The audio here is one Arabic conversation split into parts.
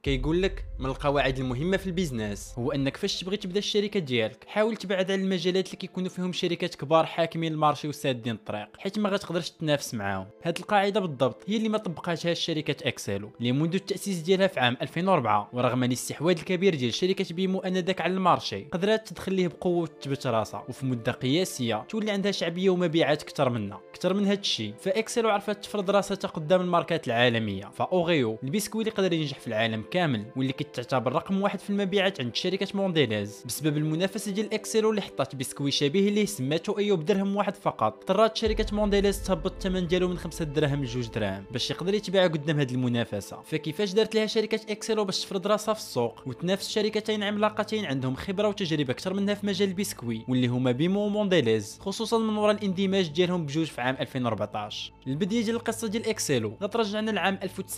كيقول لك من القواعد المهمه في البيزنس هو انك فاش تبغي تبدا الشركه ديالك حاول تبعد على المجالات اللي كيكونوا فيهم شركات كبار حاكمين المارشي وسادين الطريق، حيت ما غتقدرش تنافس معاهم. هذه القاعده بالضبط هي اللي ما طبقاتهاش شركه اكسلو اللي منذ التاسيس ديالها في عام 2004، ورغم الاستحواذ الكبير ديال شركه بيمو انذاك على المارشي قدرت تدخل ليه بقوه وتثبت راسها، وفي مده قياسيه تولي عندها شعبيه ومبيعات اكثر من هذا الشيء. فاكسلو عرفت تفرض راسها قدام الماركات العالميه. فاوغيو البسكوي اللي قدر ينجح في العالم كامل واللي كتعتبر رقم واحد في المبيعات عند شركه مونديليز بسبب المنافسه ديال اكسلو اللي حطات بسكوي شبيه اللي سماتو ايو بدرهم واحد فقط. اضطرت شركه مونديليز تهبط الثمن ديالو من 5 دراهم ل 2 دراهم باش يقدر يتباع قدام هذه المنافسه. فكيفاش دارت لها شركه اكسلو باش تفرض راسها في السوق وتنافس شركتين عملاقتين عندهم خبره وتجربه اكثر منها في مجال البسكوي واللي هما بيمو ومونديليز، خصوصا من وراء الاندماج ديالهم بجوج في عام 2014. البدايه ديال القصه ديال اكسلو غترجعنا لعام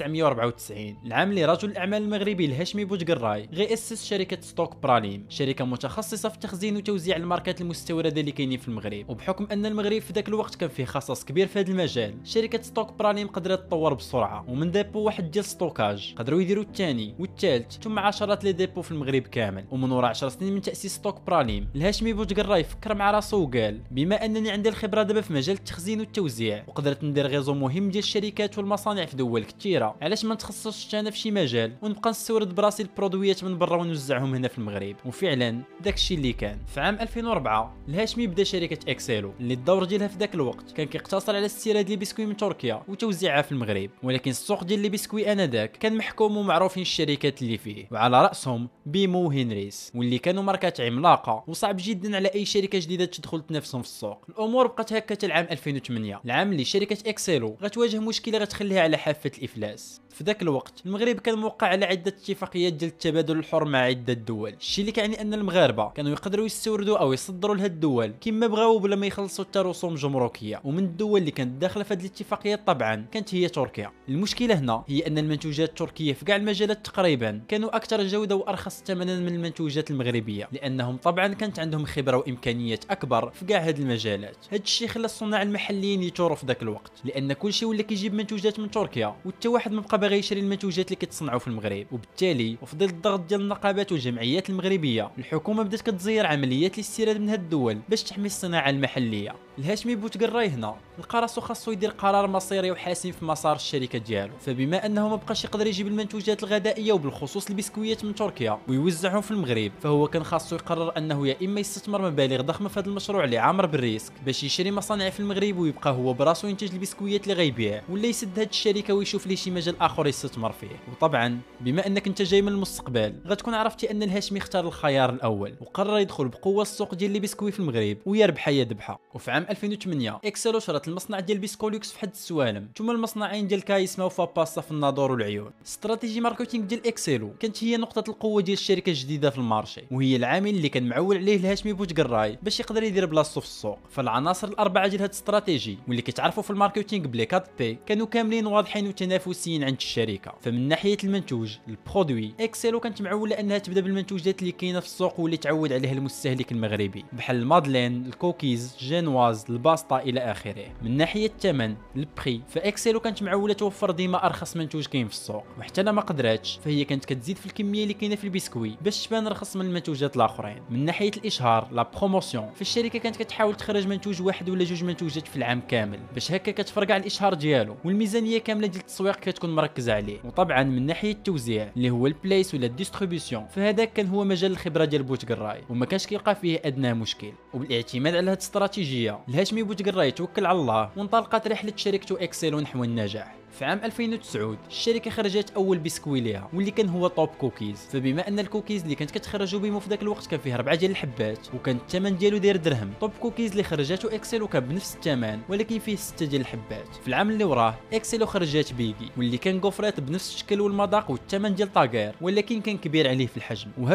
1994، العام اللي رجل الاعمال المغربي الهاشمي بوتقراي غيأسس شركه ستوك براليم، شركه متخصصه في تخزين وتوزيع الماركات المستورده اللي كاينين في المغرب. وبحكم ان المغرب في ذاك الوقت كان فيه خصاص كبير في هذا المجال، شركه ستوك براليم قدرت تطور بسرعه، ومن ديبو واحد ديال ستوكاج قدروا يديروا الثاني والثالث ثم عشرات لي ديبو في المغرب كامل. ومن وراء 10 سنين من تاسيس ستوك براليم الهاشمي بوتقراي فكر مع راسو وقال بما انني عندي الخبره دابا في مجال التخزين والتوزيع وقدرت ندير غيزو مهم ديال الشركات والمصانع في دول كثيره، علاش ما نتخصصش انا في شي مجال ونبقى نستورد براسي البرودويات من برا ونوزعهم هنا في المغرب. وفعلا داكشي اللي كان. في عام 2004 الهاشمي بدا شركه اكسلو اللي الدور ديالها في ذاك الوقت كان كيقتصر على استيراد البسكوي من تركيا وتوزيعها في المغرب، ولكن السوق ديال البسكوي انذاك كان محكوم ومعروفين الشركات اللي فيه، وعلى راسهم بيمو وهنريس واللي كانوا ماركات عملاقه وصعب جدا على اي شركه جديده تدخل تنافسهم في السوق. الامور بقات هكا حتى العام 2008، العام اللي شركه اكسلو غتواجه مشكله غتخليها على حافه الافلاس. في ذاك الوقت المغرب كان موقع على عده اتفاقيات ديال التبادل الحر مع عده دول، الشيء اللي كيعني ان المغاربه كانوا يقدروا يستوردوا او يصدروا لهاد الدول كما بغاو بلا ما يخلصوا حتى رسوم جمركيه. ومن الدول اللي كانت داخله في هذه الاتفاقيات طبعا كانت هي تركيا. المشكله هنا هي ان المنتوجات التركيه في كاع المجالات تقريبا كانوا اكثر جوده وارخص ثمنا من المنتوجات المغربيه، لانهم طبعا كانت عندهم خبره وامكانيات اكبر في كاع هذه المجالات. هذا الشيء خلى الصناع المحليين يثوروا في ذاك الوقت، لان كل شيء ولا كيجيب منتوجات من تركيا وحتى واحد ما بقى باغي يشري المنتوجات اللي كيتصنعوا في المغرب. وبالتالي وفي ظل الضغط ديال النقابات والجمعيات المغربيه الحكومه بدات كتزير عمليات الاستيراد من هاد الدول باش تحمي الصناعه المحليه. الهاشمي بوتقراي هنا لقى راسو خاصو يدير قرار مصيري وحاسم في مسار الشركه ديالو، فبما انه ما بقاش يقدر يجيب المنتوجات الغذائيه وبالخصوص البسكويات من تركيا ويوزعهم في المغرب، فهو كان خاصو يقرر انه يا اما يستثمر مبالغ ضخمه في هذا المشروع اللي عامر بالريسك باش يشري مصانع في المغرب ويبقى هو براسو ينتج البسكويات اللي غيبيع، ولا يسد هاد الشركه ويشوف ليه شي مجال اخر يستثمر فيه. وطبعا بما انك انت جاي من المستقبل غتكون عرفتي ان الهاشمي اختار الخيار الاول وقرر يدخل بقوه السوق ديال البسكوي في المغرب ويربح يذبحها. وفي عام 2008 اكسلو شرت المصنع ديال بسكوليكس في حد السوالم، ثم المصنعين ديال كايسما وفاباستا في الناظور والعيون. استراتيجي ماركتينغ ديال اكسلو كانت هي نقطه القوه ديال الشركه الجديده في المارشي، وهي العامل اللي كان معول عليه الهاشمي بوتقراي باش يقدر يدير بلاصتو في السوق. فالعناصر الاربعه ديال هاد الاستراتيجي واللي كيتعرفوا في الماركتينغ بلي 4 بي كانوا كاملين واضحين وتنافسيين عند الشركه. فمن ناحيه المنتوج البرودوي اكسلو كانت معوله انها تبدا بالمنتوجات اللي كاينه في السوق واللي تعود عليها المستهلك المغربي بحال المادلين، الكوكيز، جينواز، الباستا الى اخره. من ناحيه الثمن البري فاكسلو كانت معوله توفر ديما ارخص منتوج كاين في السوق، وحتى لا ما قدراتش فهي كانت كتزيد في الكميه اللي كاينه في البسكوي باش تبان رخص من المنتوجات الاخرين. من ناحيه الاشهار لا بروموسيون فالشركه كانت كتحاول تخرج منتوج واحد ولا جوج منتوجات في العام كامل باش هكا كتفرق على الاشهار ديالو، والميزانيه كامله ديال التسويق كتكون مركزه عليه. وطبعا من ناحيه التوزيع اللي هو البلايس ولا الديستريبيوسيون فهذاك كان هو مجال الخبره ديال بوتقراي وما كانش كيلقى فيه ادنى مشكل. وبالاعتماد على هذه الاستراتيجيه الهاشمي بوتقراي توكل على الله وانطلقت رحله شركته اكسلو نحو النجاح. في عام 2009 الشركه خرجت اول بسكوي ليها واللي كان هو توب كوكيز. فبما ان الكوكيز اللي كانت كتخرجوا بيمو في ذاك الوقت كان فيه 4 ديال الحبات وكان الثمن ديالو داير درهم، توب كوكيز اللي خرجته اكسلو كان بنفس الثمن ولكن فيه 6 ديال الحبات. في العام اللي وراه اكسلو خرجت بيغي واللي كان كوفريت بنفس الشكل والمذاق والثمن ديال طاغير ولكن كان كبير عليه في الحجم، وهكا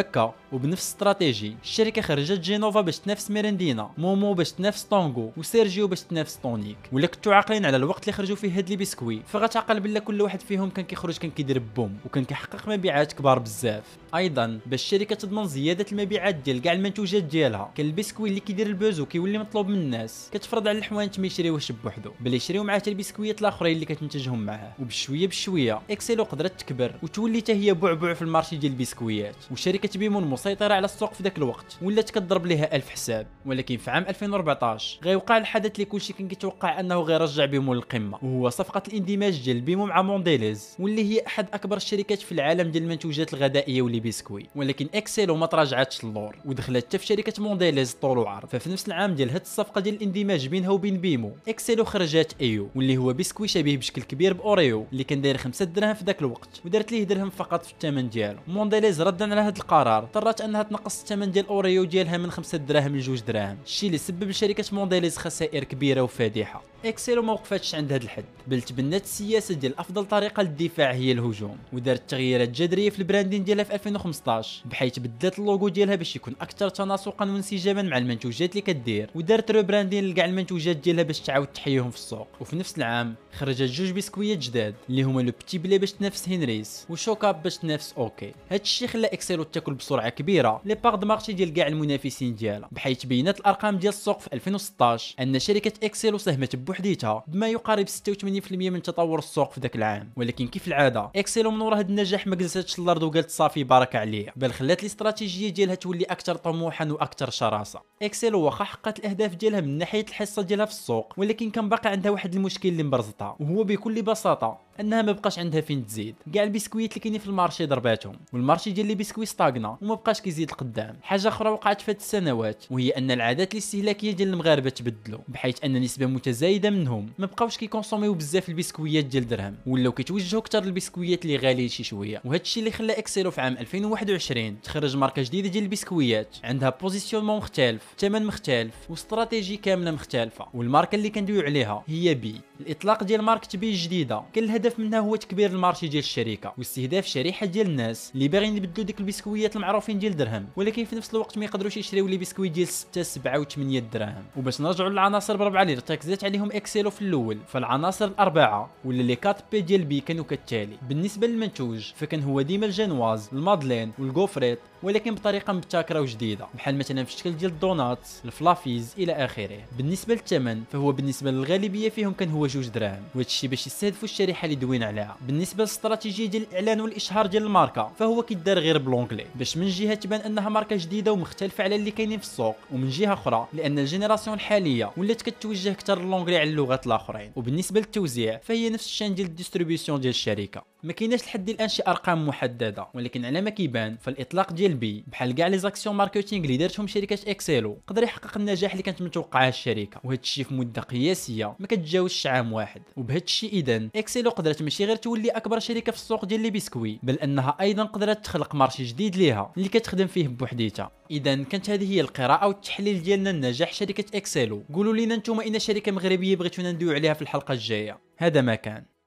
وبنفس استراتيجي الشركه خرجت جينوفا باش تنافس ميرندينا، مومو باش تنافس طونغو، وسيرجيو باش تنافس طونيك. ولا كنتو عاقلين على الوقت اللي خرجوا فيه هاد لي بسكوي فغتعقل بلا كل واحد فيهم كان كيخرج كان كيدير بوم وكان كيحقق مبيعات كبار بزاف. ايضا باش الشركه تضمن زياده المبيعات ديال كاع المنتوجات ديالها، كان البسكوي اللي كيدير البوز وكيولي مطلوب من الناس كتفرض على الحوانت ما يشريوهش بوحدو بل يشريو معاه حتى البسكويات الاخرين اللي كتنتجهم معاه. وبشويه بشويه اكسيلو قدرت تكبر وتولي حتى هي بعبع في المارشي ديال البسكويات، وشركه بيمون مسيطره على السوق في ذاك الوقت ولات كتضرب ليها 1000 حساب. ولكن في عام 2014 غيوقع الحدث اللي كلشي كان كيتوقع انه غيرجع بيمون للقمه، وهو صفقه الاندماج ديال بيمو مع مونديليز واللي هي احد اكبر الشركات في العالم ديال المنتوجات الغذائيه واللي بسكوي. ولكن اكسيلو ما تراجعتش اللور ودخلت حتى في شركه مونديليز طول وعرض. ففي نفس العام ديال هاد الصفقه ديال الاندماج بينها وبين بيمو اكسيلو خرجت ايو واللي هو بسكوي شبيه بشكل كبير باوريو اللي كان داير 5 دراهم في ذاك الوقت ودارت ليه درهم فقط في الثمن ديالو. مونديليز ردا على هذا القرار اضطرت انها تنقص الثمن ديال اوريو ديالها من 5 دراهم ل 2 دراهم، الشيء اللي سبب لشركه مونديليز خسائر كبيره وفادحه. اكسيلو ما وقفتش عند هذا الحد بل تبنت السياسه ديال افضل طريقه للدفاع هي الهجوم، ودارت تغييرات جذريه في البراندين ديالها في 2015 بحيث بدلت اللوغو ديالها باش يكون اكثر تناسقا وانسجاما مع المنتوجات اللي كدير، ودارت ريبراندين لكاع المنتوجات ديالها باش تعاود تحييهم في السوق. وفي نفس العام خرجت جوج بسكويات جداد اللي هما لو بتي بلي باش تنافس هنريس وشوكاب باش تنافس اوكي. هذا الشيء خلى اكسيلو تاكل بسرعه كبيره لي باغ دو مارشي ديال كاع المنافسين ديالها، بحيث بينات الارقام ديال السوق في 2016 ان شركه اكسيلو ساهمت بوحديتها بما يقارب 86% من تطور السوق في ذاك العام. ولكن كيف العاده اكسيلو من ورا هذا النجاح ما جلستش الارض وقالت صافي بركه عليا، بل خلات الاستراتيجيه ديالها تولي اكثر طموحا واكثر شراسه. اكسيلو واخا حققت الاهداف ديالها من ناحيه الحصه ديالها في السوق ولكن كان باقي عندها واحد المشكل اللي مبرزطها، وهو بكل بساطه انها ما بقاش عندها فين تزيد. كاع البسكويت اللي كاينين في المارشي ضرباتهم والمارشي ديال لي بسكوي ستاغنا وما بقاش كيزيد لقدام. حاجه اخرى وقعت في هاد السنوات وهي ان العادات الاستهلاكيه ديال المغاربه تبدلوا بحيث ان نسبه متزايده منهم ما بقاوش كيكونسوميو بزاف البسكويات ديال درهم ولاو كيتوجهوا اكثر للبسكويات اللي غاليين شي شويه. وهذا الشيء اللي خلى اكسيلو في عام 2021 تخرج ماركه جديده ديال البسكويات عندها بوزيسيونمون مختلف، ثمن مختلف واستراتيجي كامله مختلفه. والماركه اللي كندويو عليها هي بي. الاطلاق ديال ماركه بي الجديده كان الهدف منها هو تكبير المارشي ديال الشركه واستهداف شريحه ديال الناس اللي باغيين يبدلوا ديك البسكويات المعروفين ديال درهم ولكن في نفس الوقت ما يقدروش يشريو لي بسكويت ديال 6 7 و8 دراهم. وباش نرجعوا للعناصر بربعه اللي ركزت عليهم اكسيلو في الاول، فالعناصر الاربعه ولا لي 4 بي ديال بي كانوا كالتالي. بالنسبه للمنتوج فكان هو ديما الجانواز المادلين والغوفريت ولكن بطريقه مبتكره وجديده بحال مثلا في الشكل ديال الدونات الفلافيز الى اخره. بالنسبه للثمن فهو بالنسبه للغالبيه فيهم كان هو 2 دراهم وهذا الشيء باش يستهدفوا الشريحه اللي دوينا عليها. بالنسبه للاستراتيجيه ديال الاعلان والاشهار ديال الماركه فهو كيدار غير بلونجلي باش من جهه تبان انها ماركه جديده ومختلفه على اللي كاينين في السوق، ومن جهه اخرى لان الجينيراسيون الحاليه ولات كتوجه اكثر للونجلي على اللغات الاخرين. وبالنسبه للتوزيع فهي نفس الشان ديال الديستريبيوسيون ديال الشركه، ما كايناش لحد الان شي ارقام محدده ولكن على ما كيبان فالاطلاق ديال بي بحال كاع لي زاكسيون ماركتينغ اللي دارتهم شركه اكسيلو قدر يحقق النجاح اللي كانت متوقعاه الشركه، وهذا الشيء في مده قياسيه ما كتجاوزش عام واحد. وبهذا الشيء اذا اكسيلو قدرت ماشي غير تولي اكبر شركه في السوق ديال لي بسكوي بل انها ايضا قدرت تخلق مارشي جديد ليها اللي كتخدم فيه بوحديتها. اذا كانت هذه هي القراءه والتحليل ديالنا لنجاح شركه اكسيلو. قولوا لنا نتوما اين شركه مغربيه بغيتونا ندويو عليها في الحلقه الجايه. هذا ما كان.